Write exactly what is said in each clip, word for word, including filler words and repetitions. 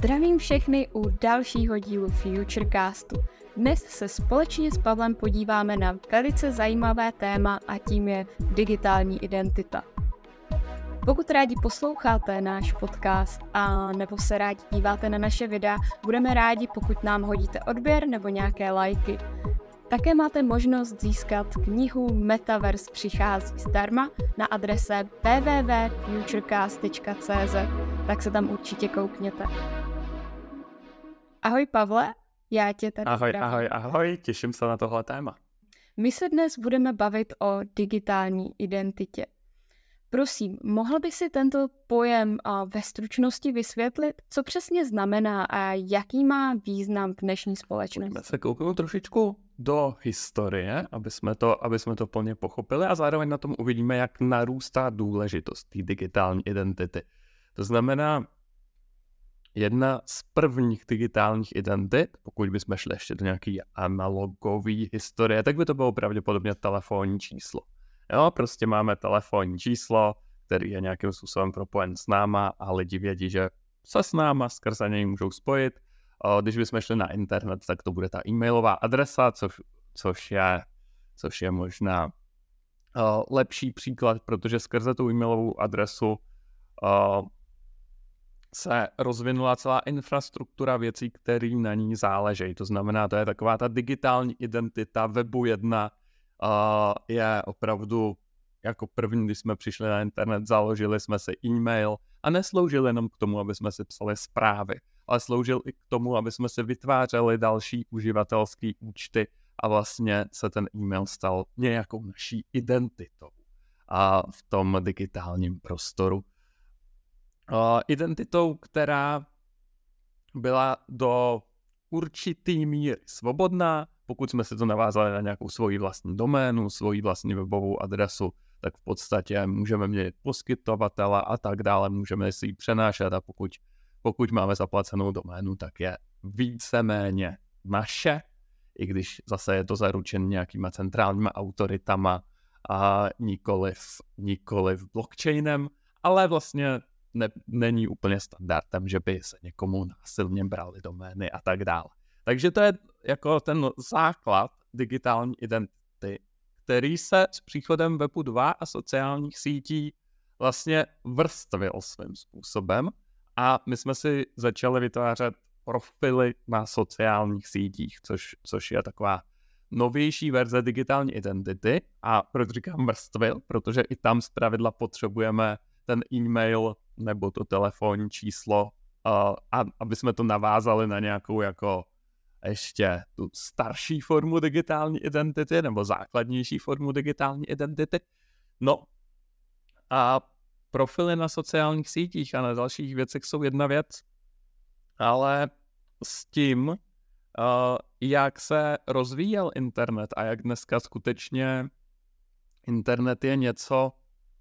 Zdravím všechny u dalšího dílu Futurecastu. Dnes se společně s Pavlem podíváme na velice zajímavé téma a tím je digitální identita. Pokud rádi posloucháte náš podcast a nebo se rádi díváte na naše videa, budeme rádi, pokud nám hodíte odběr nebo nějaké lajky. Také máte možnost získat knihu Metaverse přichází zdarma na adrese w w w tečka futurecast tečka c z, tak se tam určitě koukněte. Ahoj Pavle, já tě tady Ahoj, zdravím. ahoj, ahoj, těším se na tohle téma. My se dnes budeme bavit o digitální identitě. Prosím, mohl by si tento pojem ve stručnosti vysvětlit, co přesně znamená a jaký má význam v dnešní společnosti? Pojďme se kouknout trošičku do historie, aby jsme to, aby jsme to plně pochopili a zároveň na tom uvidíme, jak narůstá důležitost té digitální identity. To znamená, jedna z prvních digitálních identit, pokud bychom šli ještě do nějaké analogové historie, tak by to bylo pravděpodobně telefonní číslo. Jo, prostě máme telefonní číslo, který je nějakým způsobem propojen s náma a lidi vědí, že se s náma skrze něj můžou spojit. Když bychom šli na internet, tak to bude ta e-mailová adresa, což, což, je, což je možná uh, lepší příklad, protože skrze tu e-mailovou adresu uh, se rozvinula celá infrastruktura věcí, které na ní záležejí. To znamená, to je taková ta digitální identita webu jedna, uh, je opravdu jako první, když jsme přišli na internet, založili jsme si e-mail a nesloužil jenom k tomu, aby jsme si psali zprávy, ale sloužil i k tomu, aby jsme si vytvářeli další uživatelské účty a vlastně se ten e-mail stal nějakou naší identitou a v tom digitálním prostoru. Uh, identitou, která byla do určitý míry svobodná, pokud jsme si to navázali na nějakou svoji vlastní doménu, svoji vlastní webovou adresu, tak v podstatě můžeme měnit poskytovatele a tak dále, můžeme si ji přenášet a pokud, pokud máme zaplacenou doménu, tak je víceméně naše, i když zase je to zaručen nějakýma centrálníma autoritama a nikoliv, nikoliv blockchainem, ale vlastně ne, není úplně standardem, že by se někomu násilně brali domény a tak dále. Takže to je jako ten základ digitální identity, který se s příchodem webu dva a sociálních sítí vlastně vrstvil svým způsobem a my jsme si začali vytvářet profily na sociálních sítích, což, což je taková novější verze digitální identity. A proč říkám vrstvil? Protože i tam zpravidla potřebujeme ten e-mail nebo to telefonní číslo, uh, a, aby jsme to navázali na nějakou jako ještě tu starší formu digitální identity nebo základnější formu digitální identity. No a profily na sociálních sítích a na dalších věcech jsou jedna věc, ale s tím, uh, jak se rozvíjel internet a jak dneska skutečně internet je něco,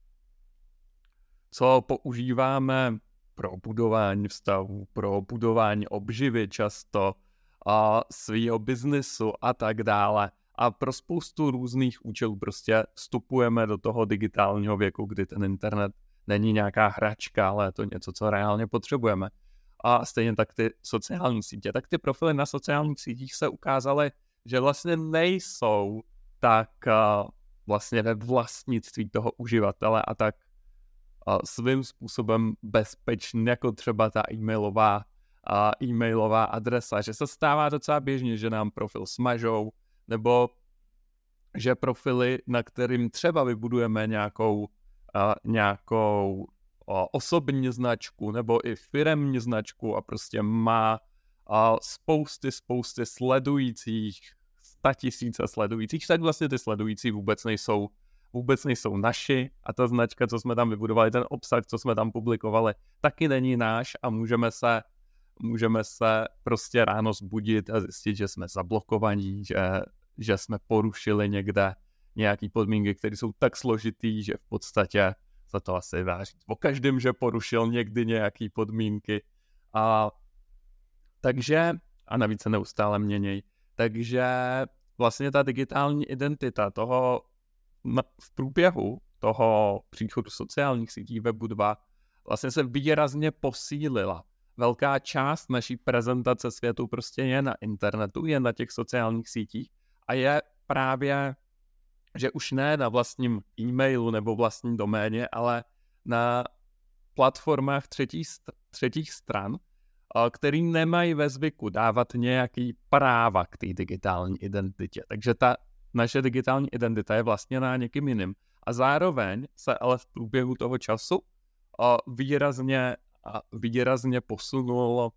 co používáme pro budování vztahů, pro budování obživy často, a svýho biznesu a tak dále. A pro spoustu různých účelů prostě vstupujeme do toho digitálního věku, kdy ten internet není nějaká hračka, ale je to něco, co reálně potřebujeme. A stejně tak ty sociální sítě. Tak ty profily na sociálních sítích se ukázaly, že vlastně nejsou tak uh, vlastně ve vlastnictví toho uživatele a tak uh, svým způsobem bezpečný, jako třeba ta e-mailová a e-mailová adresa, že se stává docela běžně, že nám profil smažou, nebo že profily, na kterým třeba vybudujeme nějakou, uh, nějakou uh, osobní značku, nebo i firemní značku a prostě má uh, spousty, spousty sledujících, statisíce sledujících, tak vlastně ty sledující vůbec nejsou, vůbec nejsou naši a ta značka, co jsme tam vybudovali, ten obsah, co jsme tam publikovali, taky není náš a můžeme se Můžeme se prostě ráno zbudit a zjistit, že jsme zablokovaní, že, že jsme porušili někde nějaké podmínky, které jsou tak složitý, že v podstatě za to asi dá říct o každém, že porušil někdy nějaké podmínky. A takže, a navíc se neustále měněj, takže vlastně ta digitální identita toho v průběhu toho příchodu sociálních sítí webu dva vlastně se výrazně posílila. velká část naší prezentace světu prostě je na internetu, je na těch sociálních sítích a je právě, že už ne na vlastním e-mailu nebo vlastní doméně, ale na platformách třetí, třetích stran, který nemají ve zvyku dávat nějaký práva k té digitální identitě. Takže ta naše digitální identita je vlastně na někým jiným. A zároveň se ale v průběhu toho času výrazně, výrazně posunul,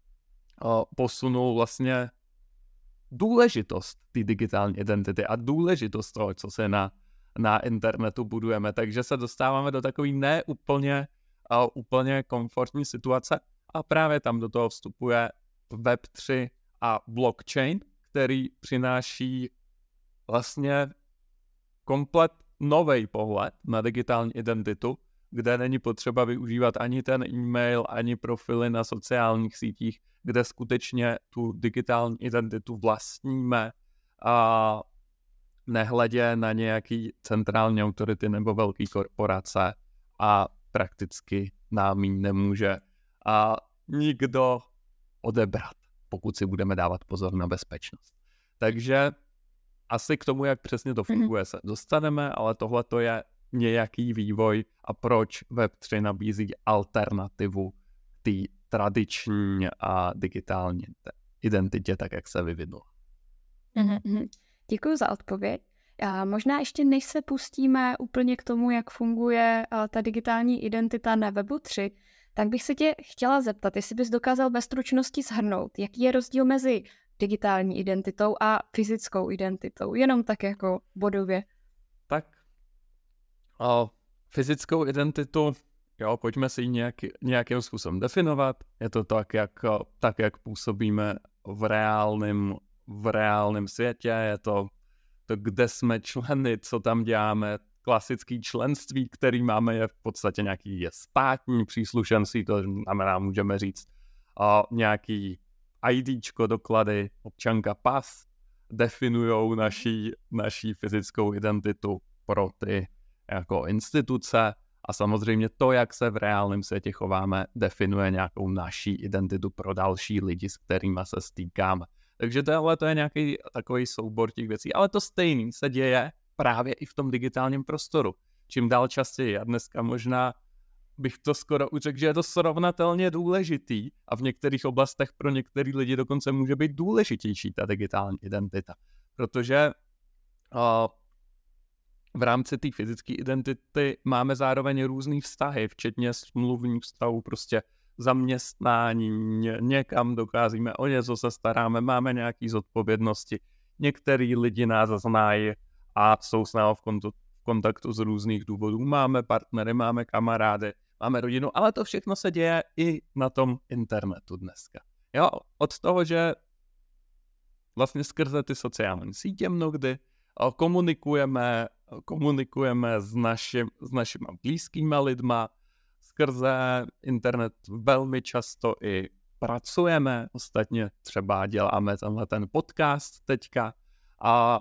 posunul vlastně důležitost té digitální identity a důležitost toho, co se na, na internetu budujeme. Takže se dostáváme do takové neúplně uh, úplně komfortní situace a právě tam do toho vstupuje web tři a blockchain, který přináší vlastně komplet nový pohled na digitální identitu, kde není potřeba využívat ani ten e-mail, ani profily na sociálních sítích, kde skutečně tu digitální identitu vlastníme a nehledě na nějaký centrální autority nebo velký korporace a prakticky nám ji nemůže a nikdo odebrat, pokud si budeme dávat pozor na bezpečnost. Takže asi k tomu, jak přesně to funguje, se dostaneme, ale tohle to je nějaký vývoj a proč web tři nabízí alternativu té tradiční a digitální identitě, tak jak se vyvinula. Mm-hmm. Děkuji za odpověď. A možná ještě než se pustíme úplně k tomu, jak funguje ta digitální identita na webu tři, tak bych se tě chtěla zeptat, jestli bys dokázal ve stručnosti shrnout, jaký je rozdíl mezi digitální identitou a fyzickou identitou, jenom tak jako bodově. Tak o fyzickou identitu, jo, pojďme si ji nějaký, nějakým způsobem definovat. Je to tak, jak, tak, jak působíme v reálném v reálném světě, je to, to, kde jsme členy, co tam děláme, klasický členství, který máme, je v podstatě nějaký je státní příslušenství, to znamená, můžeme říct, o, nějaký IDčko, doklady, občanka, pas, definujou naší, naší fyzickou identitu pro ty jako instituce a samozřejmě to, jak se v reálném světě chováme, definuje nějakou naší identitu pro další lidi, s kterými se stýkáme. Takže tohle to je nějaký takový soubor těch věcí, ale to stejný se děje právě i v tom digitálním prostoru. Čím dál častěji, a dneska možná bych to skoro řekl, že je to srovnatelně důležitý a v některých oblastech pro některý lidi dokonce může být důležitější ta digitální identita. Protože uh, v rámci té fyzické identity máme zároveň různý vztahy, včetně smluvních vztahů, prostě zaměstnání, někam dokázíme, o něco se staráme, máme nějaké zodpovědnosti. Některý lidi nás znají a jsou s námi v kontaktu z různých důvodů. Máme partnery, máme kamarády, máme rodinu, ale to všechno se děje i na tom internetu dneska. Jo, od toho, že vlastně skrze ty sociální sítě mnohdy komunikujeme, komunikujeme s, našim, s našimi blízkými lidma, skrze internet velmi často i pracujeme, ostatně třeba děláme tenhle ten podcast teďka a,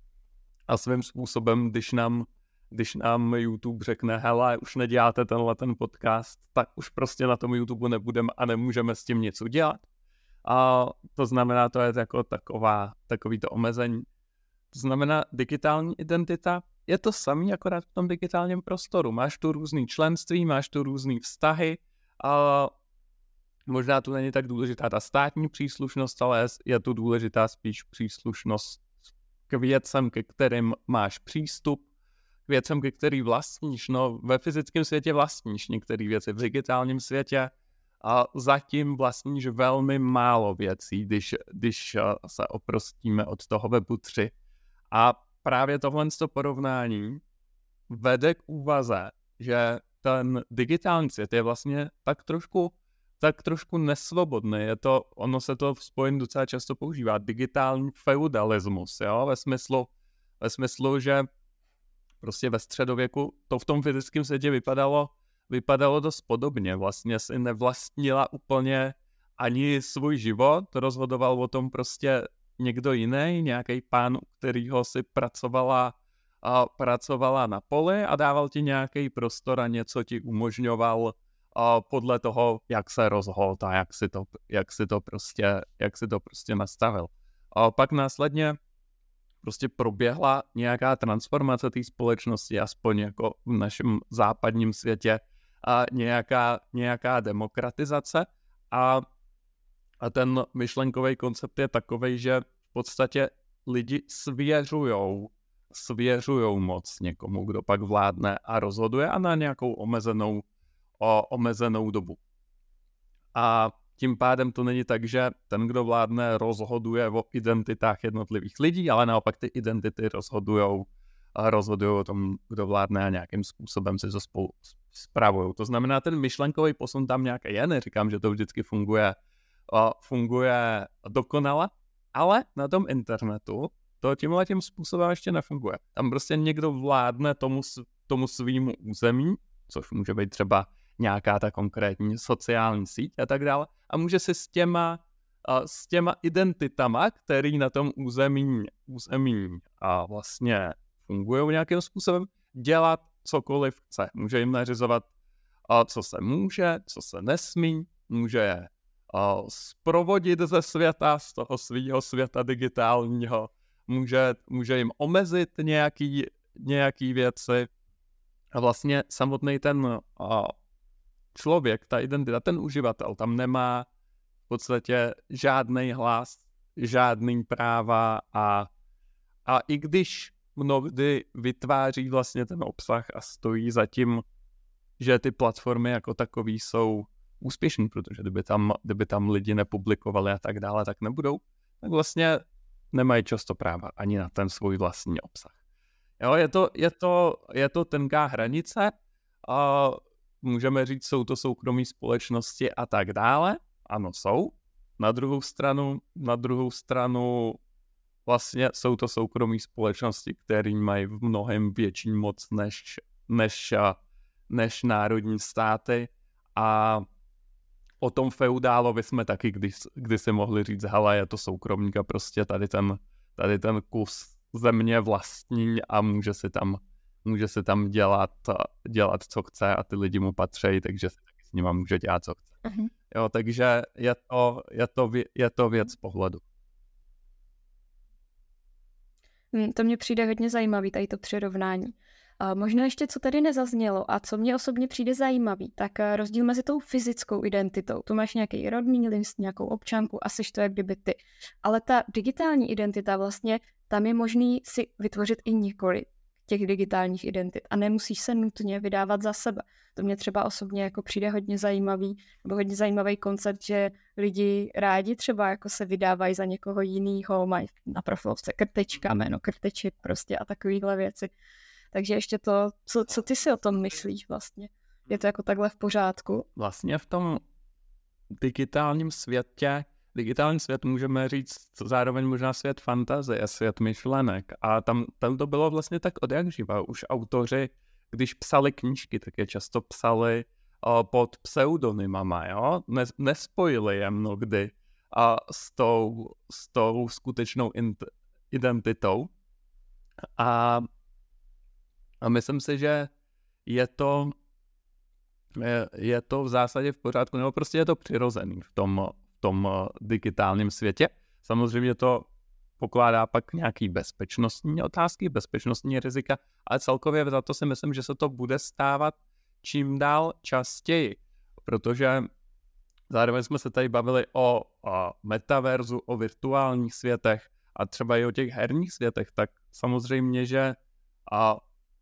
a svým způsobem, když nám, když nám YouTube řekne, hele, už neděláte tenhle ten podcast, tak už prostě na tom YouTube nebudeme a nemůžeme s tím nic udělat. A to znamená, to je jako taková, takový to omezení. To znamená, digitální identita je to samý, akorát v tom digitálním prostoru. Máš tu různý členství, máš tu různý vztahy a možná tu není tak důležitá ta státní příslušnost, ale je tu důležitá spíš příslušnost k věcem, ke kterým máš přístup, k věcem, ke který vlastníš. No, ve fyzickém světě vlastníš některé věci, v digitálním světě a zatím vlastníš velmi málo věcí, když, když se oprostíme od toho webu tři. A právě tohle porovnání vede k úvaze, že ten digitální svět je vlastně tak trošku, tak trošku nesvobodný. Je to, ono se to v spojení docela často používá. Digitální feudalismus, jo? Ve smyslu, ve smyslu, že prostě ve středověku to v tom fyzickém světě vypadalo, vypadalo dost podobně. Vlastně si nevlastnila úplně ani svůj život, rozhodoval o tom prostě někdo jiný, nějaký pán, u kterýho si pracovala, a pracovala na poli a dával ti nějaký prostor a něco ti umožňoval podle toho, jak se rozhodl a jak si to, jak si to, prostě, jak si to prostě nastavil. A pak následně prostě proběhla nějaká transformace té společnosti, aspoň jako v našem západním světě, a nějaká, nějaká demokratizace a, a ten myšlenkový koncept je takovej, že v podstatě lidi svěřujou, svěřujou moc někomu, kdo pak vládne a rozhoduje a na nějakou omezenou, o, omezenou dobu. A tím pádem to není tak, že ten, kdo vládne, rozhoduje o identitách jednotlivých lidí, ale naopak ty identity rozhodujou a rozhodují o tom, kdo vládne a nějakým způsobem si to spolu spravují. To znamená, ten myšlenkový posun tam nějaký je, neříkám, že to vždycky funguje, funguje dokonale, ale na tom internetu to tímhle tím způsobem ještě nefunguje. Tam prostě někdo vládne tomu, tomu svýmu území, což může být třeba nějaká ta konkrétní sociální síť a tak dále, a může si s těma, s těma identitama, který na tom území, území a vlastně fungují nějakým způsobem, dělat cokoliv chce. Může jim nařizovat, co se může, co se nesmí, může je zprovodit ze světa, z toho svýho světa digitálního, může, může jim omezit nějaký, nějaký věci. A vlastně samotný ten člověk, ta identita, ten uživatel, tam nemá v podstatě žádný hlas, žádný práva a, a i když mnohdy vytváří vlastně ten obsah a stojí za tím, že ty platformy jako takový jsou úspěšný, protože kdyby tam, kdyby tam lidi nepublikovali a tak dále, tak nebudou, tak vlastně nemají často práva ani na ten svůj vlastní obsah. Jo, je to, je to, je to tenká hranice, a můžeme říct, jsou to soukromí společnosti a tak dále. Ano, jsou. Na druhou stranu, na druhou stranu vlastně jsou to soukromí společnosti, které mají v mnohem větší moc než, než, než národní státy. A o tom feudálovi jsme taky když, když si mohli říct, hele, je to soukromník a prostě tady ten, tady ten kus země vlastní a může si tam, může si tam dělat, dělat, co chce a ty lidi mu patří, takže si taky s nima může dělat, co chce. Uh-huh. Jo, takže je to, je, to, je to věc pohledu. Hmm, to mně přijde hodně zajímavý, tady to přirovnání. A možná ještě, co tady nezaznělo a co mě osobně přijde zajímavý, tak rozdíl mezi tou fyzickou identitou. Tu máš nějaký rodný list, nějakou občanku a seš to jak kdyby ty. Ale ta digitální identita vlastně, tam je možný si vytvořit i několik těch digitálních identit a nemusíš se nutně vydávat za sebe. To mě třeba osobně jako přijde hodně zajímavý, nebo hodně zajímavý koncept, že lidi rádi třeba jako se vydávají za někoho jinýho, mají na profilovce krtečka, jméno krteček prostě a takovýhle věci. Takže ještě to, co, co ty si o tom myslíš vlastně? Je to jako takhle v pořádku? Vlastně v tom digitálním světě, digitální svět můžeme říct zároveň možná svět fantazie, svět myšlenek. A tam, tam to bylo vlastně tak od jak živa. Už autoři, když psali knížky, tak je často psali o, pod pseudonymama, jo? Nes, nespojili je mnohdy a s, tou, s tou skutečnou int, identitou. A A myslím si, že je to, je, je to v zásadě v pořádku, nebo prostě je to přirozený v tom, v tom digitálním světě. Samozřejmě to pokládá pak nějaký bezpečnostní otázky, bezpečnostní rizika, ale celkově za to si myslím, že se to bude stávat čím dál častěji, protože zároveň jsme se tady bavili o, o metaverzu, o virtuálních světech a třeba i o těch herních světech, tak samozřejmě, že a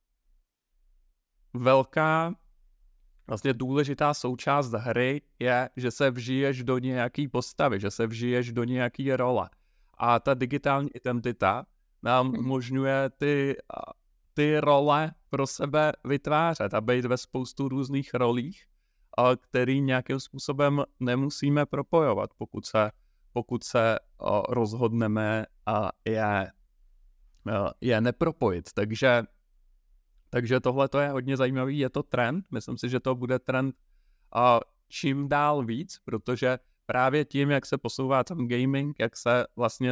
velká, vlastně důležitá součást hry je, že se vžiješ do nějaký postavy, že se vžiješ do nějaký role. A ta digitální identita nám umožňuje ty, ty role pro sebe vytvářet a být ve spoustu různých rolích, který nějakým způsobem nemusíme propojovat, pokud se, pokud se rozhodneme je, je nepropojit. Takže Takže tohle to je hodně zajímavý, je to trend, myslím si, že to bude trend uh, čím dál víc, protože právě tím, jak se posouvá ten gaming, jak se vlastně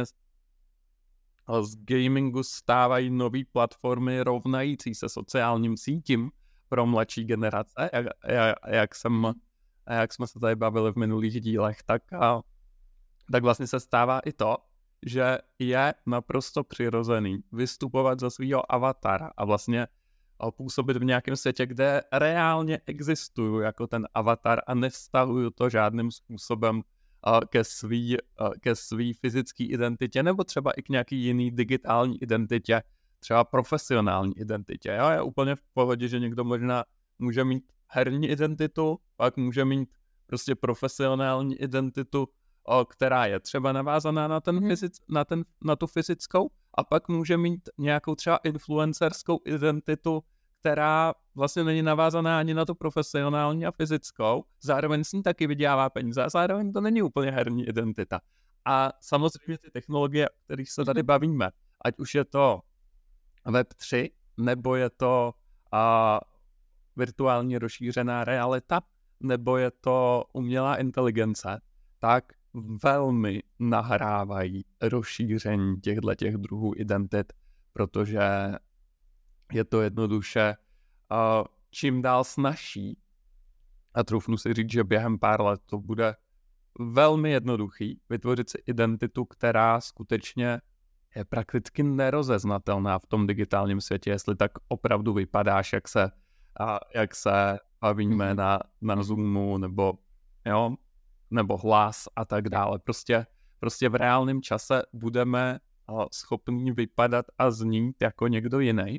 z gamingu stávají nové platformy rovnající se sociálním sítím pro mladší generace, jak, jak, jak, jsem, jak jsme se tady bavili v minulých dílech, tak, a, tak vlastně se stává i to, že je naprosto přirozený vystupovat za svýho avatara a vlastně působit v nějakém světě, kde reálně existuju jako ten avatar a nevztahuju to žádným způsobem ke svý, ke svý fyzické identitě nebo třeba i k nějaký jiný digitální identitě, třeba profesionální identitě. Jo? Je úplně v pohodě, že někdo možná může mít herní identitu, pak může mít prostě profesionální identitu, která je třeba navázaná na, ten fyzic, na, ten, na tu fyzickou a pak může mít nějakou třeba influencerskou identitu, která vlastně není navázaná ani na tu profesionální a fyzickou, zároveň s ní taky vydělává peníze a zároveň to není úplně herní identita. A samozřejmě ty technologie, o kterých se tady bavíme, ať už je to web tři, nebo je to a, virtuální rozšířená realita, nebo je to umělá inteligence, tak velmi nahrávají rozšíření těchto těch druhů identit, protože je to jednoduše uh, čím dál snazší a troufnu si říct, že během pár let to bude velmi jednoduchý vytvořit si identitu, která skutečně je prakticky nerozeznatelná v tom digitálním světě, jestli tak opravdu vypadáš, jak se, uh, jak se bavíme na, na Zoomu, nebo, jo, nebo hlas a tak dále. Prostě, prostě v reálném čase budeme uh, schopni vypadat a znít jako někdo jiný.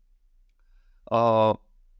Uh,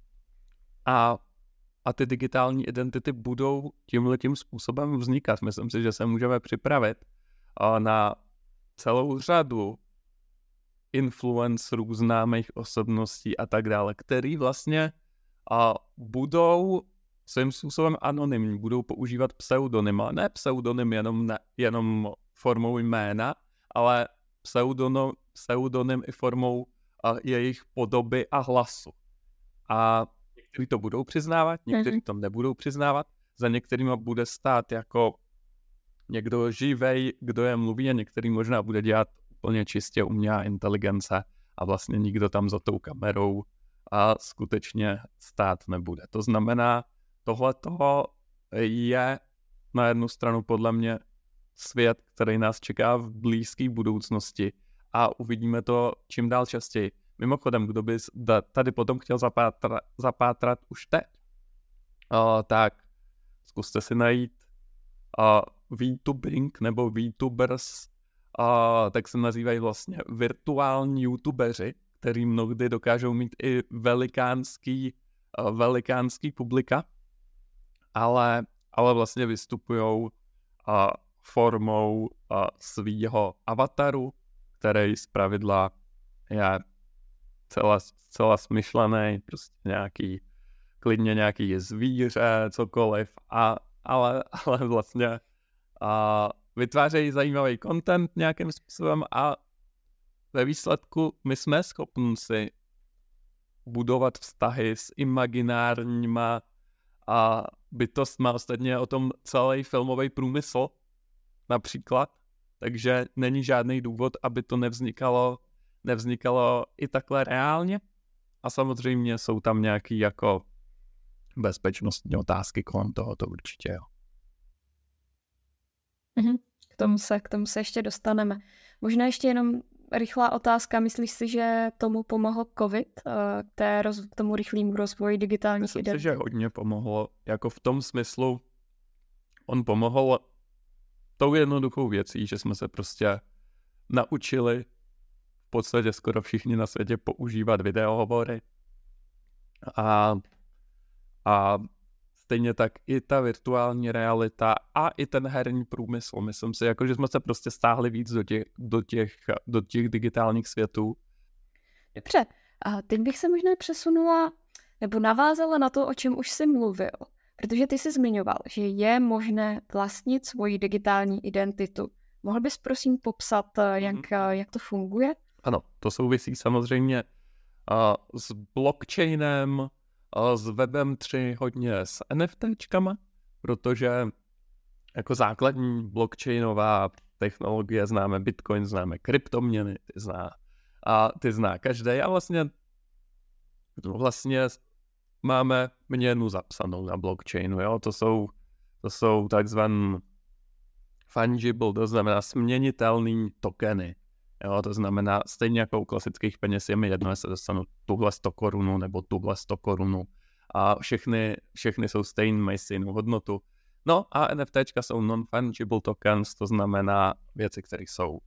a, a ty digitální identity budou tímhletím způsobem vznikat. Myslím si, že se můžeme připravit uh, na celou řadu influencerů, známých osobností a tak dále, který vlastně uh, budou svým způsobem anonymní, budou používat pseudonyma, ne pseudonym jenom, ne, jenom formou jména, ale pseudonym, pseudonym i formou uh, jejich podoby a hlasu. A někteří to budou přiznávat, někteří to nebudou přiznávat, za některýma bude stát jako někdo živej, kdo je mluví a některý možná bude dělat úplně čistě umělá inteligence a vlastně nikdo tam za tou kamerou a skutečně stát nebude. To znamená, tohle toho je na jednu stranu podle mě svět, který nás čeká v blízké budoucnosti a uvidíme to čím dál častěji. Mimochodem, kdo by tady potom chtěl zapátrat, zapátrat už teď, uh, tak zkuste si najít uh, VTubing nebo VTubers, uh, tak se nazývají vlastně virtuální youtubeři, který mnohdy dokážou mít i velikánský, uh, velikánský publika, ale, ale vlastně vystupujou uh, formou uh, svýho avataru, který zpravidla je celá, celá smyšlený, prostě nějaký, klidně nějaký zvíře, cokoliv, a, ale, ale vlastně a vytvářejí zajímavý content nějakým způsobem a ve výsledku my jsme schopni si budovat vztahy s imaginárníma a bytostma, ostatně o tom celý filmový průmysl například, takže není žádný důvod, aby to nevznikalo nevznikalo i takhle reálně a samozřejmě jsou tam nějaké jako bezpečnostní otázky kolem toho, to určitě jo. K tomu se, k tomu se ještě dostaneme. Možná ještě jenom rychlá otázka, myslíš si, že tomu pomohl COVID, k, té roz, k tomu rychlému rozvoji digitálních Myslím identit? si, že hodně pomohlo, jako v tom smyslu, on pomohl tou jednoduchou věcí, že jsme se prostě naučili v podstatě skoro všichni na světě používat videohovory a, a stejně tak i ta virtuální realita a i ten herní průmysl. Myslím si, jako, že jsme se prostě stáhli víc do těch, do těch, do těch digitálních světů. Dobře, a teď bych se možná přesunula nebo navázala na to, o čem už jsi mluvil. Protože ty jsi zmiňoval, že je možné vlastnit svoji digitální identitu. Mohl bys prosím popsat, jak, mm-hmm. jak to funguje? Ano, to souvisí samozřejmě uh, s blockchainem, uh, s webem tři, hodně s NFTčkama, protože jako základní blockchainová technologie známe Bitcoin, známe kryptoměny, ty zná, a ty zná každý a vlastně, vlastně máme měnu zapsanou na blockchainu, jo? To jsou, to jsou takzvaný fungible, to znamená směnitelný tokeny. Jo? To znamená, stejně jako u klasických peněz je mi jedno, jestli dostanu tuhle sto korunu nebo tuhle sto korunu. A všechny, všechny jsou stejné, mají stejnou hodnotu. No a NFTčka jsou non-fungible tokens, to znamená věci, které jsou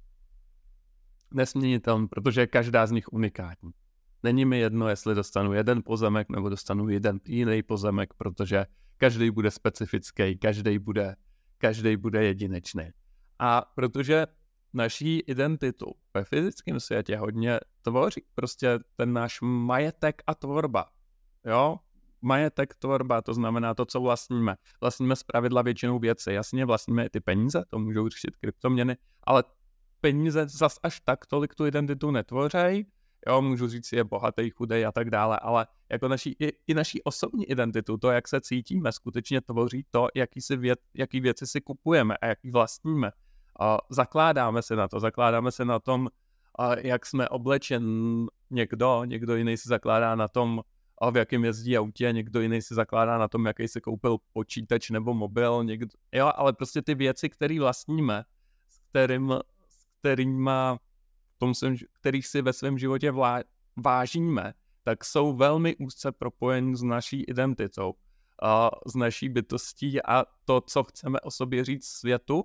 nesměnitelné, protože každá z nich unikátní. Není mi jedno, jestli dostanu jeden pozemek nebo dostanu jeden jiný pozemek, protože každý bude specifický, každý bude, každý bude jedinečný. A protože naší identitu ve fyzickém světě hodně tvoří prostě ten náš majetek a tvorba. Jo? Majetek, tvorba, to znamená to, co vlastníme. Vlastníme zpravidla většinou věci. Jasně, vlastníme i ty peníze, to můžou řešit kryptoměny, ale peníze zas až tak tolik tu identitu netvořejí. Jo, můžu říct, je bohatý, chudej a tak dále, ale jako naší, i, i naší osobní identitu, to, jak se cítíme, skutečně tvoří to, jaký, si věc, jaký věci si kupujeme a jaký vlastníme. A zakládáme se na to, zakládáme se na tom, a jak jsme oblečen. Někdo, někdo jiný si zakládá na tom, a v jakém jezdí autě, někdo jiný si zakládá na tom, jaký si koupil počítač nebo mobil, někdo, jo, ale prostě ty věci, které vlastníme, s kterým, s kterýma, tom svém, kterých si ve svém životě vlá, vážíme, tak jsou velmi úzce propojeni s naší identitou, a s naší bytostí a to, co chceme o sobě říct světu,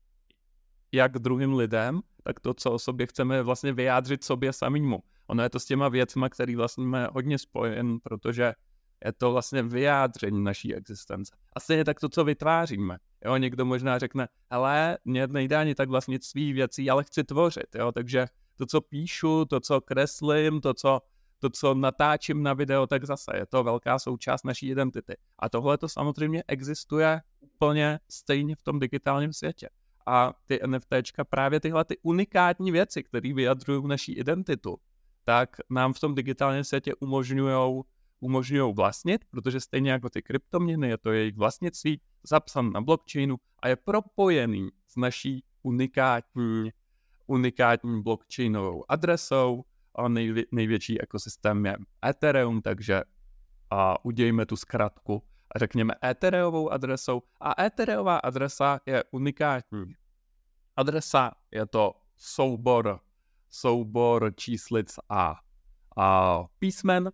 jak druhým lidem, tak to, co o sobě chceme vlastně vyjádřit sobě samýmu. Ono je to s těma věcma, který vlastníme hodně spojen, protože je to vlastně vyjádření naší existence. A stejně tak to, co vytváříme. Jo, někdo možná řekne, hele, mě nejde ani tak vlastnit svý věcí, ale chci tvořit. Jo, takže to, co píšu, to, co kreslím, to, co, to, co natáčím na video, tak zase je to velká součást naší identity. A tohle to samozřejmě existuje úplně stejně v tom digitálním světě. A ty NFTčka, právě tyhle ty unikátní věci, které vyjadřují naší identitu, tak nám v tom digitálním světě umožňují umožňují vlastnit, protože stejně jako ty kryptoměny, je to jejich vlastnictví, zapsané na blockchainu a je propojený s naší unikátní, unikátní blockchainovou adresou a nejvě, největší ekosystém je Ethereum, takže a udějme tu zkratku a řekněme Ethereovou adresou a Ethereová adresa je unikátní. Adresa je to soubor soubor číslic a, a písmen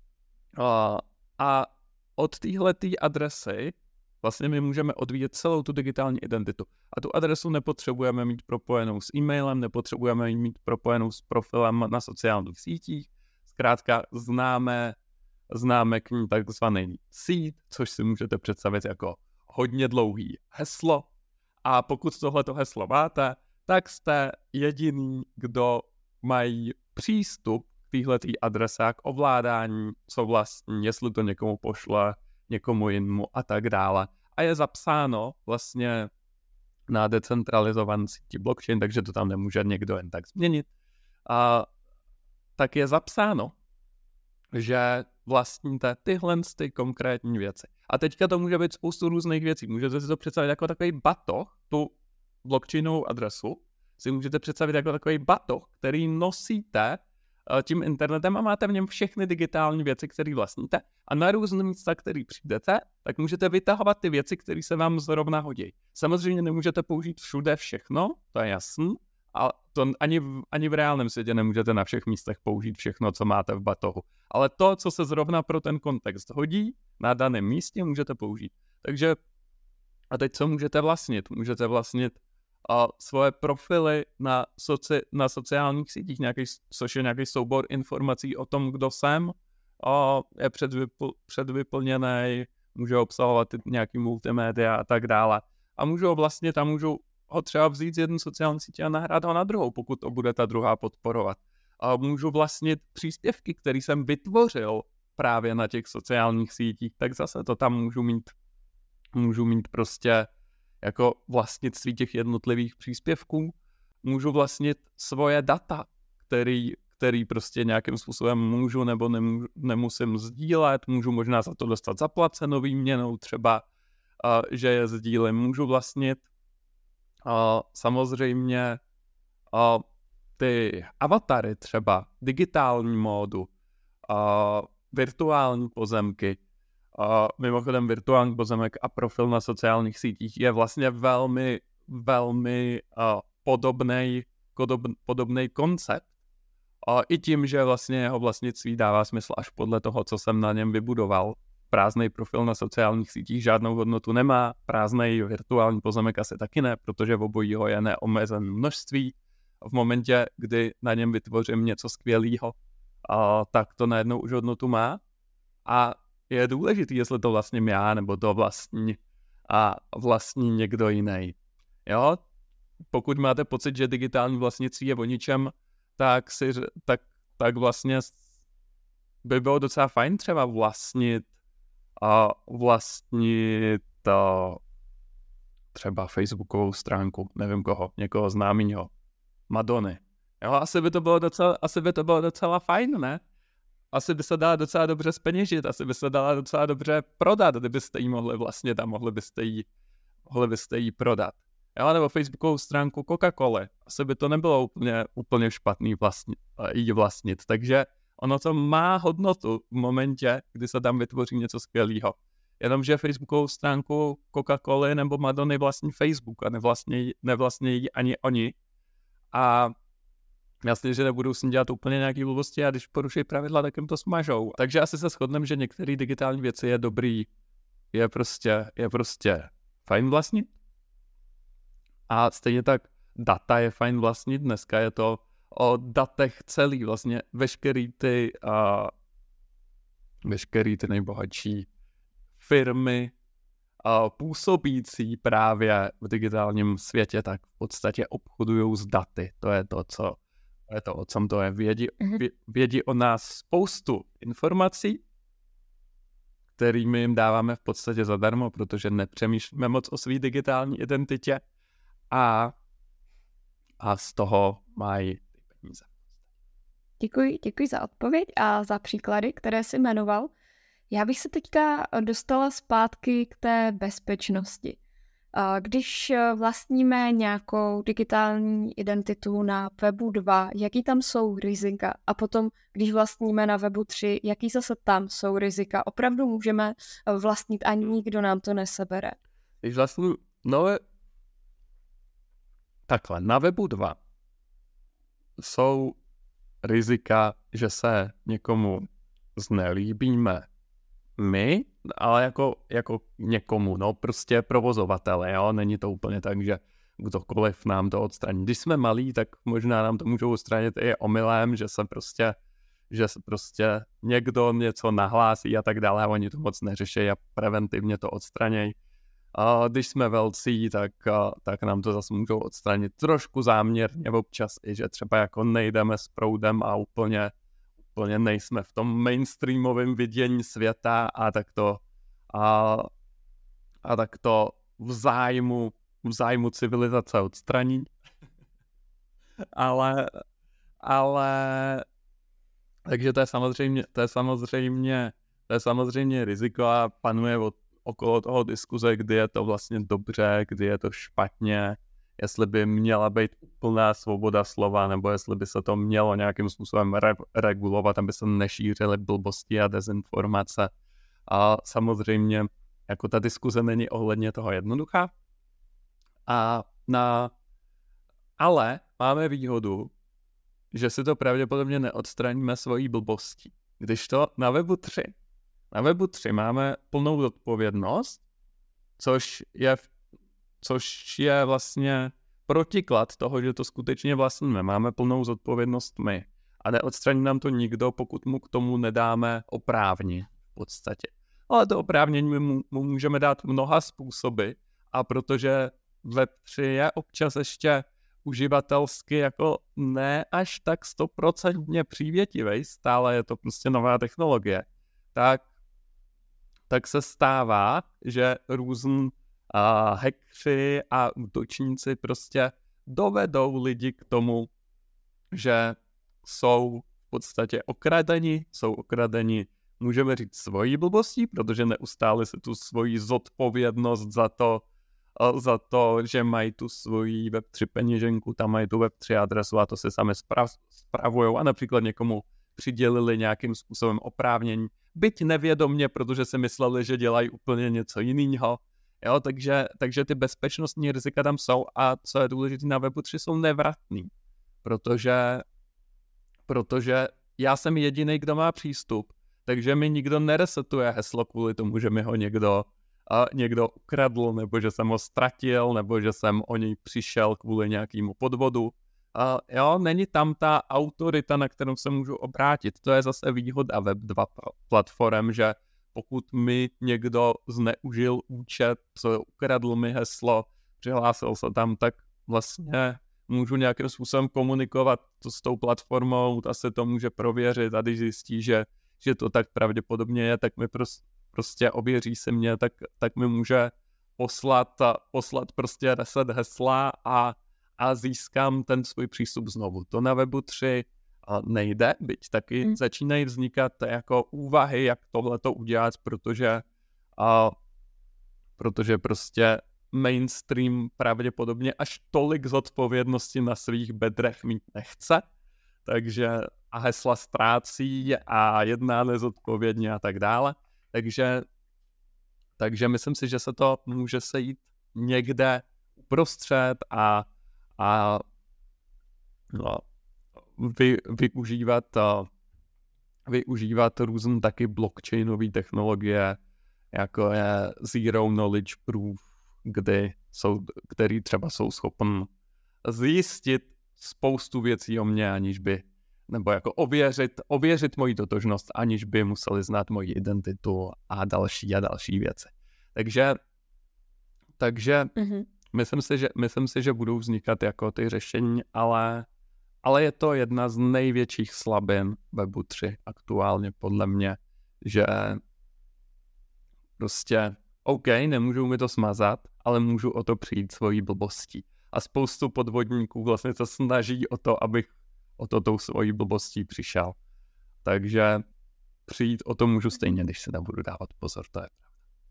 a, a od téhleté adresy vlastně my můžeme odvíjet celou tu digitální identitu. A tu adresu nepotřebujeme mít propojenou s e-mailem, nepotřebujeme mít propojenou s profilem na sociálních sítích. Zkrátka známe, známe k ní takzvaný seed, což si můžete představit jako hodně dlouhý heslo. A pokud tohleto heslo máte, tak jste jediný, kdo mají přístup k téhleté adrese, k ovládání, co vlastní, jestli to někomu pošle, někomu jinému a tak dále. A je zapsáno vlastně na decentralizované síti blockchain, takže to tam nemůže někdo jen tak změnit. A tak je zapsáno, že vlastníte tyhle ty konkrétní věci. A teďka to může být spoustu různých věcí. Můžete si to představit jako takový batoh, tu blockchainovou adresu si můžete představit jako takový batoh, který nosíte tím internetem a máte v něm všechny digitální věci, které vlastníte. A na různé místa, který přijdete, tak můžete vytahovat ty věci, které se vám zrovna hodí. Samozřejmě nemůžete použít všude všechno, to je jasný, a to ani v, ani v reálném světě nemůžete na všech místech použít všechno, co máte v batohu. Ale to, co se zrovna pro ten kontext hodí, na daném místě můžete použít. Takže a teď co můžete vlastnit? Můžete vlastnit a svoje profily na, soci, na sociálních sítích, nějaký, což je nějaký soubor informací o tom, kdo jsem, a je předvypl, předvyplněný, může obsahovat nějaký multimédia a tak dále. A můžu ho vlastnit a můžu ho třeba vzít z jedné sociální sítě a nahrát ho na druhou, pokud to bude ta druhá podporovat. A můžu vlastnit příspěvky, které jsem vytvořil právě na těch sociálních sítích, tak zase to tam můžu mít, můžu mít prostě jako vlastnictví těch jednotlivých příspěvků. Můžu vlastnit svoje data, který, který prostě nějakým způsobem můžu nebo nemůžu, nemusím sdílet. Můžu možná za to dostat zaplacenou výměnou třeba, uh, že je sdílím. Můžu vlastnit uh, samozřejmě uh, ty avatary třeba, digitální módu, uh, virtuální pozemky. A mimochodem virtuální pozemek a profil na sociálních sítích je vlastně velmi, velmi uh, podobnej, podob, podobnej koncept. A i tím, že vlastně jeho vlastnictví dává smysl až podle toho, co jsem na něm vybudoval. Prázdnej profil na sociálních sítích žádnou hodnotu nemá, prázdnej virtuální pozemek asi taky ne, protože v obojího je neomezen množství. V momentě, kdy na něm vytvořím něco skvělého, a tak to najednou už hodnotu má. A je důležitý, jestli to vlastním já, nebo to vlastní a vlastní někdo jiný. Jo? Pokud máte pocit, že digitální vlastnictví je o ničem, tak, si, tak, tak vlastně by bylo docela fajn třeba vlastnit a vlastnit a třeba facebookovou stránku, nevím koho, někoho známýho, Madony. Jo, asi by to bylo docela, asi by to bylo docela fajn, ne? Asi by se dala docela dobře zpeněžit, asi by se dala docela dobře prodat, kdybyste ji mohli vlastnit a mohli byste ji, mohli byste ji prodat. Jo, nebo facebookovou stránku Coca-Coly. Asi by to nebylo úplně, úplně špatný vlastnit, jí vlastnit. Takže ono to má hodnotu v momentě, kdy se tam vytvoří něco skvělého. Jenomže facebookovou stránku Coca-Coly nebo Madony vlastní Facebook a nevlastní, nevlastní ji ani oni. A jasně, že nebudou s ní dělat úplně nějaký blbosti a když poruší pravidla, tak jim to smažou. Takže asi se shodneme, že některé digitální věci je dobrý, je prostě, je prostě fajn vlastnit. A stejně tak data je fajn vlastnit. Dneska je to o datech celý, vlastně veškerý ty, uh, veškerý ty nejbohatší firmy uh, působící právě v digitálním světě, tak v podstatě obchodují s daty. To je to, co to je to, o čem to je. Vědí, vě, vědí o nás spoustu informací, kterými jim dáváme v podstatě zadarmo, protože nepřemýšlíme moc o své digitální identitě a, a z toho mají ty peníze. Děkuji, děkuji za odpověď a za příklady, které jsi jmenoval. Já bych se teďka dostala zpátky k té bezpečnosti. Když vlastníme nějakou digitální identitu na webu dva, jaký tam jsou rizika? A potom, když vlastníme na webu tři, jaký zase tam jsou rizika? Opravdu můžeme vlastnit a nikdo nám to nesebere. Když vlastním, no takhle, na webu dva jsou rizika, že se někomu znelíbíme my, ale jako, jako někomu, no prostě provozovatele, jo, není to úplně tak, že kdokoliv nám to odstraní. Když jsme malí, tak možná nám to můžou odstranit i omylem, že se prostě, že se prostě někdo něco nahlásí a tak dále, a oni to moc neřeší a preventivně to odstranějí. A když jsme velcí, tak, tak nám to zase můžou odstranit trošku záměrně občas i, že třeba jako nejdeme s proudem a úplně úplně nejsme v tom mainstreamovém vidění světa a tak to a, a tak to v zájmu, v zájmu civilizace odstraní. ale, ale takže to je samozřejmě, to je samozřejmě, to je samozřejmě riziko a panuje od, okolo toho diskuze, kdy je to vlastně dobře, kdy je to špatně, jestli by měla být úplná svoboda slova, nebo jestli by se to mělo nějakým způsobem re- regulovat, aby se nešířily blbosti a dezinformace. A samozřejmě, jako ta diskuze není ohledně toho jednoduchá. A na... Ale máme výhodu, že si to pravděpodobně neodstraníme svojí blbostí. Když to na webu tři. Na webu tři máme plnou odpovědnost, což je v což je vlastně protiklad toho, že to skutečně vlastníme. Máme plnou zodpovědnost my. A neodstraní nám to nikdo, pokud mu k tomu nedáme oprávnění v podstatě. Ale to oprávnění my mu, mu můžeme dát mnoha způsoby a protože web tři je občas ještě uživatelsky jako ne až tak stoprocentně přívětivý, stále je to prostě nová technologie, tak, tak se stává, že různý a hackři a útočníci prostě dovedou lidi k tomu, že jsou v podstatě okradeni, jsou okradeni, můžeme říct, svojí blbostí, protože neustále se tu svoji zodpovědnost za to, za to, že mají tu svoji web tři peněženku, tam mají tu web tři adresu a to si sami sprav, spravujou a například někomu přidělili nějakým způsobem oprávnění, byť nevědomně, protože si mysleli, že dělají úplně něco jiného. Jo, takže, takže ty bezpečnostní rizika tam jsou a co je důležité na Webu tři, jsou nevratný, protože, protože já jsem jediný, kdo má přístup, takže mi nikdo neresetuje heslo kvůli tomu, že mi ho někdo, a někdo ukradl, nebo že jsem ho ztratil, nebo že jsem o něj přišel kvůli nějakému podvodu. A jo, není tam ta autorita, na kterou se můžu obrátit. To je zase výhoda web dva platform, že pokud mi někdo zneužil účet, co ukradl mi heslo, přihlásil se tam, tak vlastně můžu nějakým způsobem komunikovat to s tou platformou, ta se to může prověřit a když zjistí, že, že to tak pravděpodobně je, tak mi prostě, prostě ověří se mě, tak, tak mi může poslat, poslat prostě reset hesla a, a získám ten svůj přístup znovu. To na Webu tři nejde, byť taky hmm. začínají vznikat jako úvahy, jak tohleto udělat, protože, a, protože prostě mainstream pravděpodobně až tolik zodpovědnosti na svých bedrech mít nechce, takže a hesla ztrácí a jedná nezodpovědně a tak dále. Takže, takže myslím si, že se to může sejít někde uprostřed a, a no, vy, využívat, využívat různé taky blockchainové technologie, jako je Zero Knowledge Proof, kdy jsou, který třeba jsou schopni zjistit spoustu věcí o mě, aniž by, nebo jako ověřit, ověřit moji totožnost, aniž by museli znát moji identitu a další a další věci. Takže, takže mm-hmm. myslím si, že, myslím si, že budou vznikat jako ty řešení, ale, ale je to jedna z největších slabin Webu tři aktuálně podle mě, že prostě OK, nemůžou mi to smazat, ale můžu o to přijít svojí blbostí. A spoustu podvodníků vlastně se snaží o to, abych o to tou svojí blbostí přišel. Takže přijít o to můžu stejně, když se nebudu dávat pozor, to je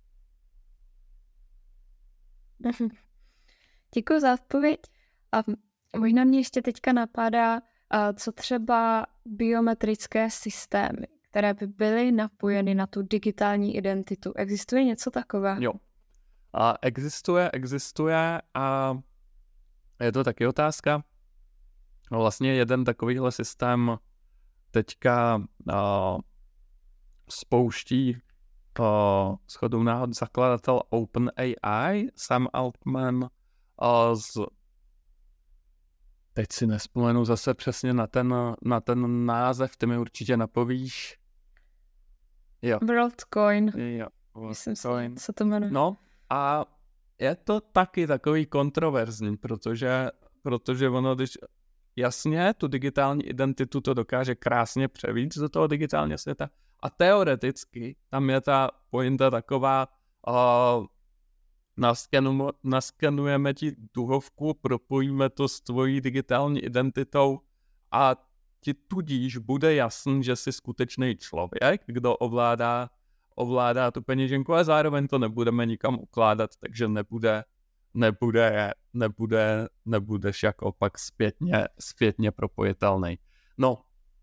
pravda. Děkuji za odpověď. A možná mě ještě teďka napadá, co třeba biometrické systémy, které by byly napojeny na tu digitální identitu. Existuje něco takového? Jo. A existuje, existuje a je to taky otázka. Vlastně jeden takovýhle systém teďka uh, spouští uh, shodou náhod zakladatel OpenAI, Sam Altman, uh, z... teď si nespomenu zase přesně na ten, na ten název, ty mi určitě napovíš. Jo. WorldCoin. Jo. Myslím si, co to jmenuje. No a je to taky takový kontroverzní, protože, protože ono, když jasně tu digitální identitu to dokáže krásně převít do toho digitálního světa a teoreticky tam je ta pointa taková, uh, naskenu, naskenujeme ti duhovku, propojíme to s tvojí digitální identitou a ti tudíž bude jasný, že jsi skutečný člověk, kdo ovládá, ovládá tu peněženku a zároveň to nebudeme nikam ukládat, takže nebude, nebude, nebude, nebudeš jako pak zpětně, zpětně propojitelný. No,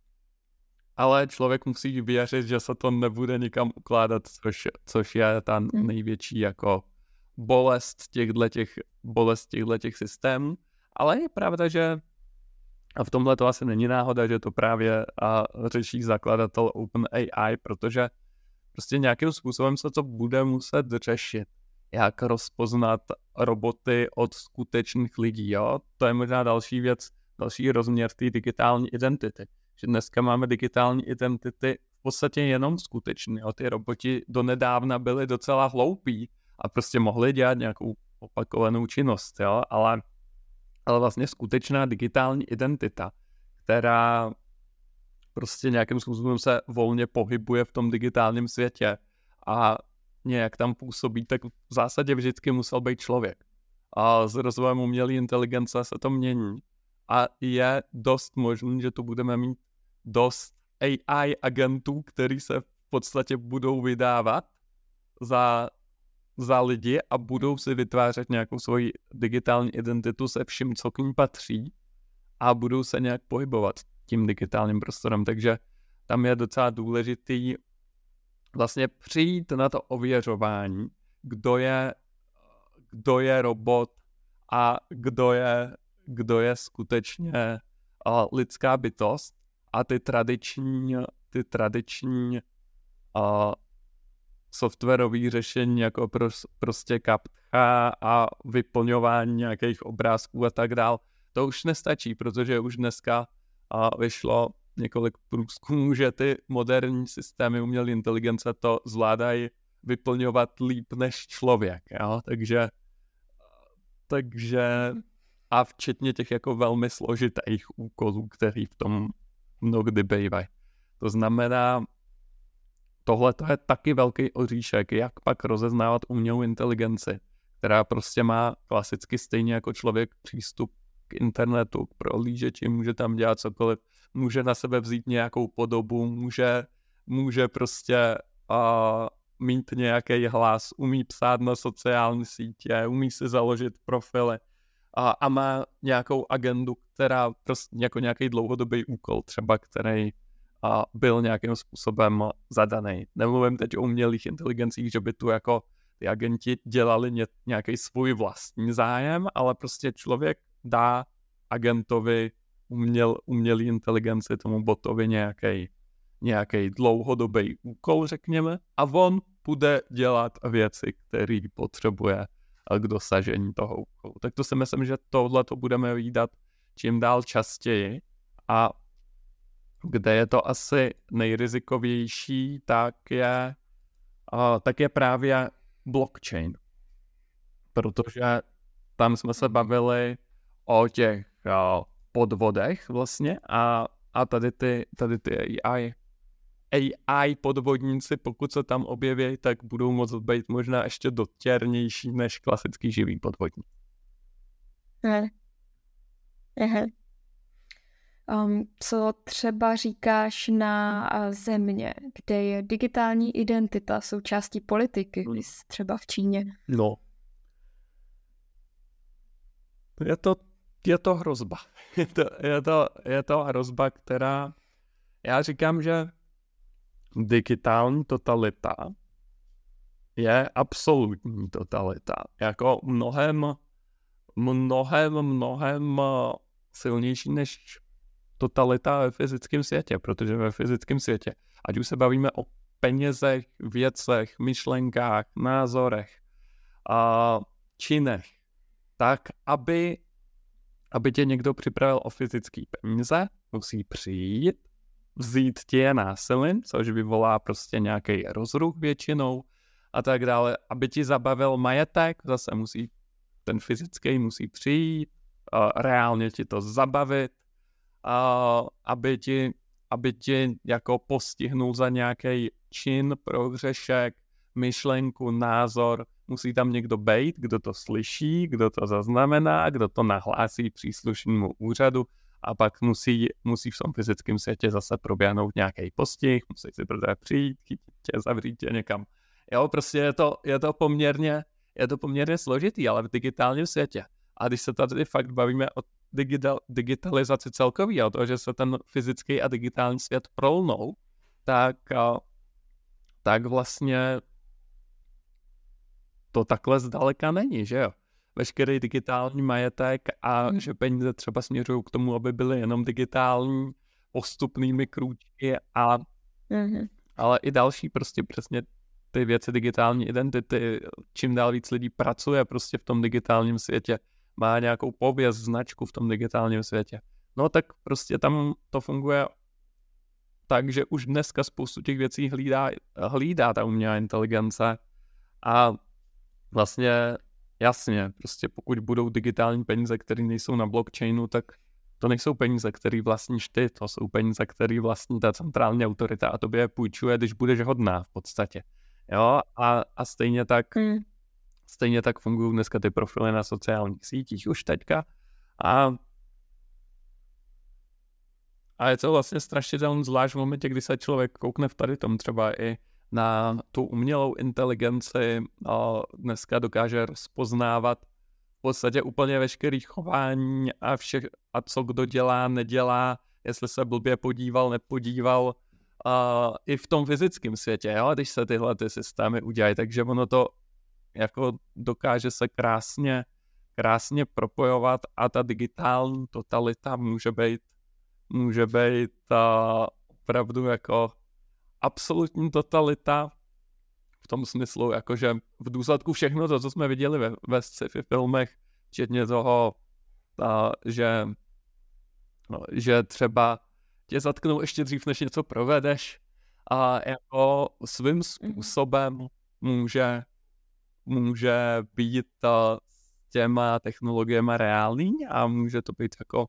ale člověk musí věřit, že se to nebude nikam ukládat, což, což je ta největší jako bolest těchto těch, bolest těchto těch systémů. Ale je pravda, že a v tomhle to asi není náhoda, že to právě a řeší zakladatel OpenAI, protože prostě nějakým způsobem se to bude muset řešit. Jak rozpoznat roboty od skutečných lidí, jo? To je možná další věc, další rozměr té digitální identity. Že dneska máme digitální identity v podstatě jenom skutečný. Jo? Ty roboti donedávna byly docela hloupí a prostě mohli dělat nějakou opakovanou činnost, jo? Ale, ale vlastně skutečná digitální identita, která prostě nějakým způsobem se volně pohybuje v tom digitálním světě a nějak tam působí, tak v zásadě vždycky musel být člověk. A s rozvojem umělé inteligence se to mění. A je dost možný, že tu budeme mít dost A I agentů, který se v podstatě budou vydávat za, za lidi a budou si vytvářet nějakou svoji digitální identitu se vším, co k ní patří a budou se nějak pohybovat tím digitálním prostorem. Takže tam je docela důležitý vlastně přijít na to ověřování, kdo je, kdo je robot a kdo je, kdo je skutečně uh, lidská bytost a ty tradiční, ty tradiční uh, softwarové řešení jako pros, prostě kaptcha a vyplňování nějakých obrázků a tak dál, to už nestačí, protože už dneska uh, vyšlo několik průzkumů, že ty moderní systémy umělé inteligence to zvládají vyplňovat líp než člověk, jo? Takže, takže a včetně těch jako velmi složitých úkolů, který v tom mnohdy bývají. To znamená, tohle to je taky velký oříšek, jak pak rozeznávat umělou inteligenci, která prostě má klasicky stejně jako člověk přístup k internetu, k prohlížeči, může tam dělat cokoliv, může na sebe vzít nějakou podobu, může, může prostě uh, mít nějaký hlas, umí psát na sociální sítě, umí si založit profily a, a má nějakou agendu, která prostě jako nějaký dlouhodobý úkol třeba, který a byl nějakým způsobem zadaný. Nemluvím teď o umělých inteligencích, že by tu jako ty agenti dělali ně, nějaký svůj vlastní zájem, ale prostě člověk dá agentovi uměl, umělý inteligenci, tomu botovi nějaký nějaký dlouhodobý úkol, řekněme, a on bude dělat věci, které potřebuje k dosažení toho úkolu. Tak to si myslím, že tohle to budeme vídat čím dál častěji a kde je to asi nejrizikovější, tak je, uh, tak je právě blockchain. Protože tam jsme se bavili o těch uh, podvodech vlastně a, a tady ty, tady ty A I, A I podvodníci, pokud se tam objeví, tak budou moct být možná ještě dotěrnější než klasický živý podvodník. Aha. Aha. Um, co třeba říkáš na uh, země, kde je digitální identita součástí politiky, hmm. třeba v Číně? No. Je to, je to hrozba. Je to, je, to, je to hrozba, která... Já říkám, že digitální totalita je absolutní totalita. Jako mnohem, mnohem, mnohem silnější než totalita ve fyzickém světě, protože ve fyzickém světě, ať už se bavíme o penězech, věcech, myšlenkách, názorech a činech, tak aby, aby tě někdo připravil o fyzický peníze, musí přijít, vzít tě je násilím, což vyvolá prostě nějaký rozruch většinou a tak dále. Aby ti zabavil majetek, zase musí, ten fyzický musí přijít, a reálně ti to zabavit, a aby ti, aby ti jako postihnul za nějaký čin, prohřešek, myšlenku, názor, musí tam někdo bejt, kdo to slyší, kdo to zaznamená, kdo to nahlásí příslušnému úřadu a pak musí, musí v tom fyzickém světě zase proběhnout nějaký postih, musí si proto přijít, chytit tě, zavřít tě někam. Jo, prostě je to, je to poměrně, je to poměrně složitý, ale v digitálním světě. A když se tady fakt bavíme o digital, digitalizaci celkový a o to, že se ten fyzický a digitální svět prolnou, tak, tak vlastně to takhle zdaleka není, že jo? Veškerý digitální majetek a mm. že peníze třeba směřují k tomu, aby byly jenom digitální, postupnými krůčky a mm. ale i další prostě přesně ty věci digitální identity, čím dál víc lidí pracuje prostě v tom digitálním světě, má nějakou pověst, značku v tom digitálním světě. No tak prostě tam to funguje tak, že už dneska spoustu těch věcí hlídá, hlídá ta umělá inteligence a vlastně jasně, prostě pokud budou digitální peníze, které nejsou na blockchainu, tak to nejsou peníze, které vlastníš ty, to jsou peníze, které vlastní ta centrální autorita a tobě je půjčuje, když budeš hodná v podstatě. Jo, a, a stejně tak mm. stejně tak fungují dneska ty profily na sociálních sítích už teďka a a je to vlastně strašidelný, zvlášť v momentě, kdy se člověk koukne v tady tom třeba i na tu umělou inteligenci, a dneska dokáže rozpoznávat v podstatě úplně veškerý chování a, vše, a co kdo dělá, nedělá, jestli se blbě podíval, nepodíval, uh, i v tom fyzickém světě, jo, když se tyhle ty systémy udělají, takže ono to jako dokáže se krásně, krásně propojovat a ta digitální totalita může být, může být uh, opravdu jako absolutní totalita v tom smyslu, jakože v důsledku všechno to, co jsme viděli ve, ve sci-fi filmech, včetně toho, uh, že, no, že třeba tě zatknou ještě dřív, než něco provedeš a jako svým způsobem může, může být uh, s těma technologiemi reálný a může to být jako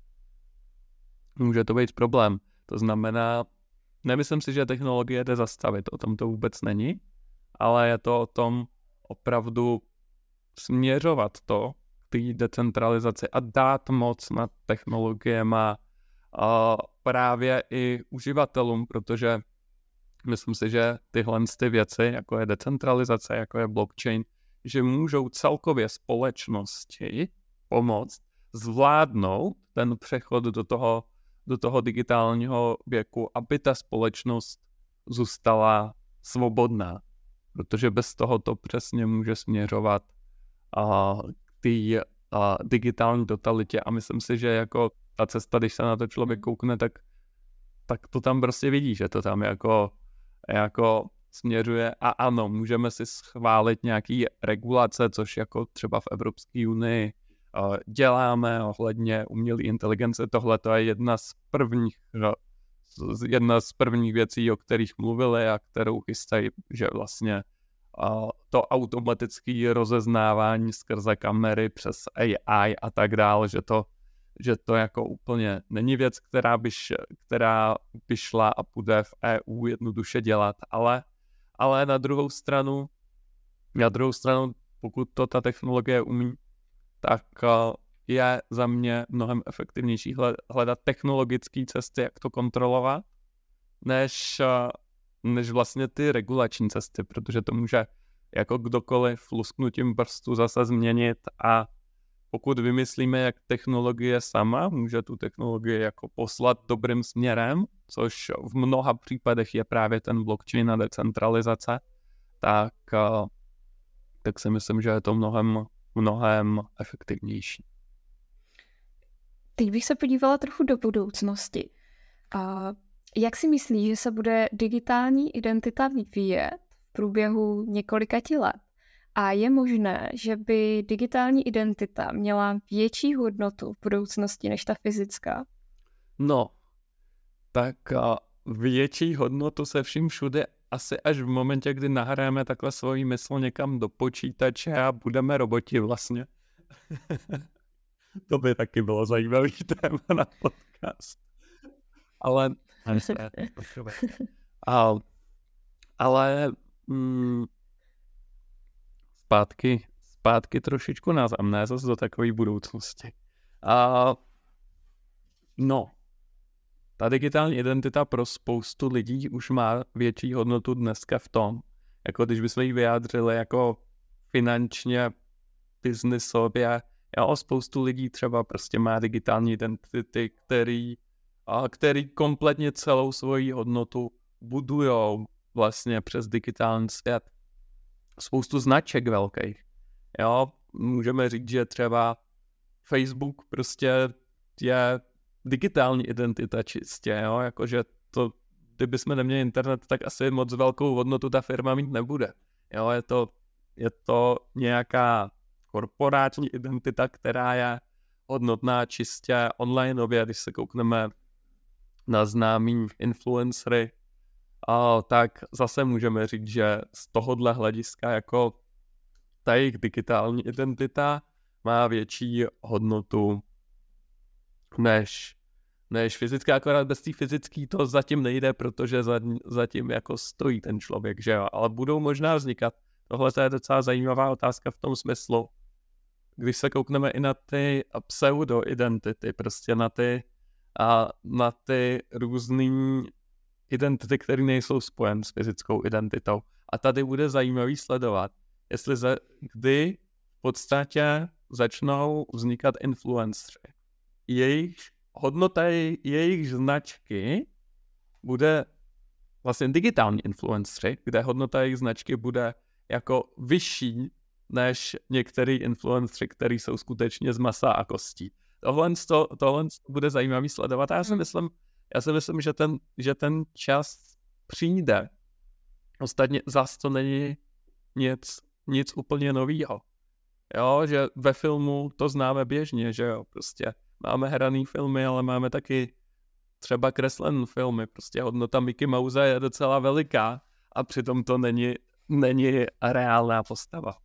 může to být problém. To znamená, nemyslím si, že technologie jde zastavit, o tom to vůbec není, ale je to o tom opravdu směřovat to k té decentralizaci a dát moc nad technologiema a právě i uživatelům, protože myslím si, že tyhle ty věci, jako je decentralizace, jako je blockchain, že můžou celkově společnosti pomoct zvládnout ten přechod do toho, do toho digitálního věku, aby ta společnost zůstala svobodná. Protože bez toho to přesně může směřovat a, k té digitální totalitě. A myslím si, že jako ta cesta, když se na to člověk koukne, tak, tak to tam prostě vidí, že to tam jako, jako směřuje. A ano, můžeme si schválit nějaký regulace, což jako třeba v Evropské unii uh, děláme ohledně umělé inteligence. Tohle to je jedna z prvních, jedna z prvních věcí, o kterých mluvili a kterou chystají, že vlastně uh, to automatické rozeznávání skrze kamery přes A I a tak dále, že to že to jako úplně není věc, která by, š, která by šla a půjde v E U jednoduše dělat, ale, ale na druhou stranu, na druhou stranu, pokud to ta technologie umí, tak je za mě mnohem efektivnější hledat technologické cesty, jak to kontrolovat, než, než vlastně ty regulační cesty, protože to může jako kdokoliv lusknutím prstu zase změnit a pokud vymyslíme, jak technologie sama může tu technologii jako poslat dobrým směrem, což v mnoha případech je právě ten blockchain a decentralizace, tak, tak si myslím, že je to mnohem, mnohem efektivnější. Teď bych se podívala trochu do budoucnosti. A jak si myslíš, že se bude digitální identita vyvíjet v průběhu několika let? A je možné, že by digitální identita měla větší hodnotu v budoucnosti než ta fyzická? No, tak větší hodnotu se vším všude asi až v momentě, kdy nahráme takhle svoji mysl někam do počítače a budeme roboti vlastně. To by taky bylo zajímavý téma na podcast. Ale... ale... ale mm, Zpátky, zpátky trošičku na zem, ne zase do takové budoucnosti. A, no, ta digitální identita pro spoustu lidí už má větší hodnotu dneska v tom, jako když bychom ji vyjádřili jako finančně, biznisově. Jo, spoustu lidí třeba prostě má digitální identity, který, a, který kompletně celou svoji hodnotu budujou vlastně přes digitální svět. Spoustu značek velkých. Jo, můžeme říct, že třeba Facebook prostě je digitální identita čistě, jo, jakože to, kdybychom neměli internet, tak asi moc velkou hodnotu ta firma mít nebude. Jo, je to, je to nějaká korporátní identita, která je hodnotná čistě onlineově, když se koukneme na známý influencery, a tak zase můžeme říct, že z tohohle hlediska jako ta jejich digitální identita má větší hodnotu než, než fyzická, akorát bez té fyzické to zatím nejde, protože za, zatím jako stojí ten člověk, že jo, ale budou možná vznikat. Tohle je docela zajímavá otázka v tom smyslu, když se koukneme i na ty pseudo-identity, prostě na ty, a na ty různý identity, které nejsou spojen s fyzickou identitou. A tady bude zajímavý sledovat, jestli za, kdy v podstatě začnou vznikat influenceři. Jejich hodnota, jejich značky bude vlastně digitální influenceři, kde hodnota jejich značky bude jako vyšší než některý influenceři, který jsou skutečně z masa a kostí. Tohle, to, tohle bude zajímavý sledovat a já si myslím, já si myslím, že ten, že ten čas přijde. Ostatně zas to není nic, nic úplně novýho. Jo, že ve filmu to známe běžně, že jo, prostě máme hraný filmy, ale máme taky třeba kreslené filmy, prostě hodnota Mickey Mouse je docela veliká a přitom to není, není reálná postava.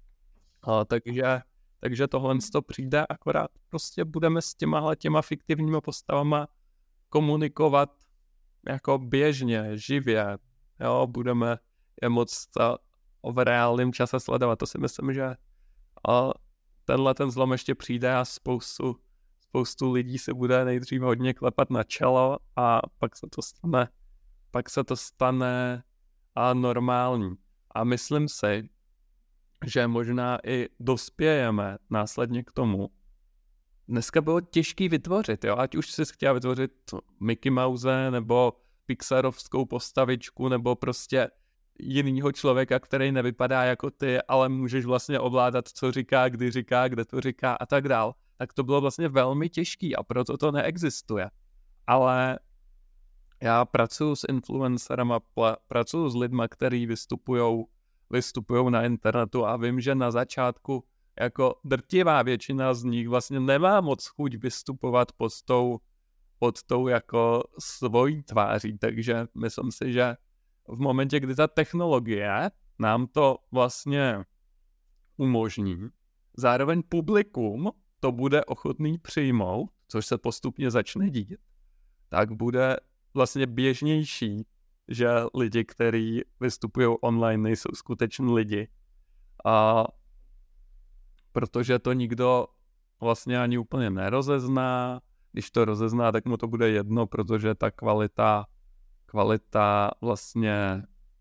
A takže, takže tohle to přijde, akorát prostě budeme s těma těma fiktivníma postavama komunikovat jako běžně, živě, jo, budeme je moc v reálném čase sledovat. To si myslím, že a tenhle ten zlom ještě přijde a spoustu, spoustu lidí se bude nejdřív hodně klepat na čelo a pak se to stane, pak se to stane a normální. A myslím si, že možná i dospějeme následně k tomu. Dneska bylo těžký vytvořit, jo? Ať už jsi chtěla vytvořit Mickey Mouse nebo pixarovskou postavičku nebo prostě jinýho člověka, který nevypadá jako ty, ale můžeš vlastně ovládat, co říká, kdy říká, kde to říká a tak dál. Tak to bylo vlastně velmi těžký a proto to neexistuje. Ale já pracuji s influencerama, pracuji s lidma, kteří vystupujou vystupujou na internetu a vím, že na začátku jako drtivá většina z nich vlastně nemá moc chuť vystupovat pod tou, pod tou jako svojí tváří, takže myslím si, že v momentě, kdy ta technologie nám to vlastně umožní, zároveň publikum to bude ochotný přijmout, což se postupně začne dít, tak bude vlastně běžnější, že lidi, kteří vystupují online, nejsou skuteční lidi. A protože to nikdo vlastně ani úplně nerozezná, když to rozezná, tak mu to bude jedno, protože ta kvalita, kvalita vlastně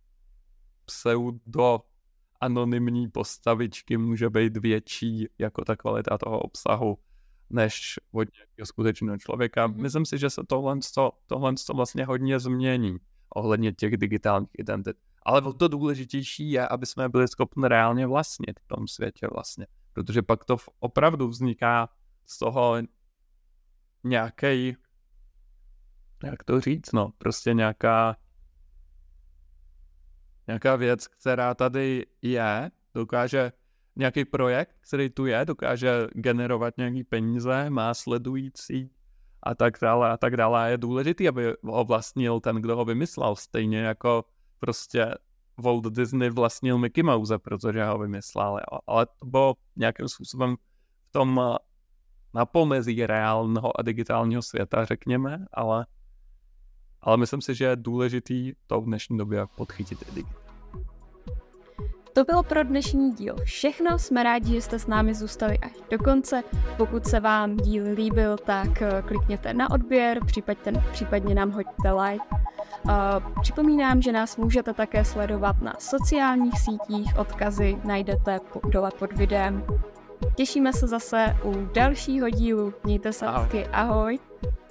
pseudo anonymní postavičky může být větší jako ta kvalita toho obsahu, než od nějakého skutečného člověka. Mm-hmm. Myslím si, že se tohle, tohle vlastně hodně změní ohledně těch digitálních identit. Ale to důležitější je, aby jsme byli schopni reálně vlastnit v tom světě vlastně. Protože pak to opravdu vzniká z toho nějaký, jak to říct, no, prostě nějaká nějaká věc, která tady je, dokáže nějaký projekt, který tu je, dokáže generovat nějaký peníze, má sledující a tak dále a tak dále. Je důležitý, aby ho vlastnil ten, kdo ho vymyslel, stejně jako prostě Walt Disney vlastnil Mickey Mouse, protože ho vymyslel, ale to bylo nějakým způsobem v tom na pomezí reálného a digitálního světa, řekněme, ale, ale myslím si, že je důležitý to v dnešní době podchytit i digitálně. To bylo pro dnešní díl všechno, jsme rádi, že jste s námi zůstali až do konce. Pokud se vám díl líbil, tak klikněte na odběr, případně, případně nám hoďte like. Uh, připomínám, že nás můžete také sledovat na sociálních sítích, odkazy najdete dole pod videem. Těšíme se zase u dalšího dílu, mějte se hezky, ahoj.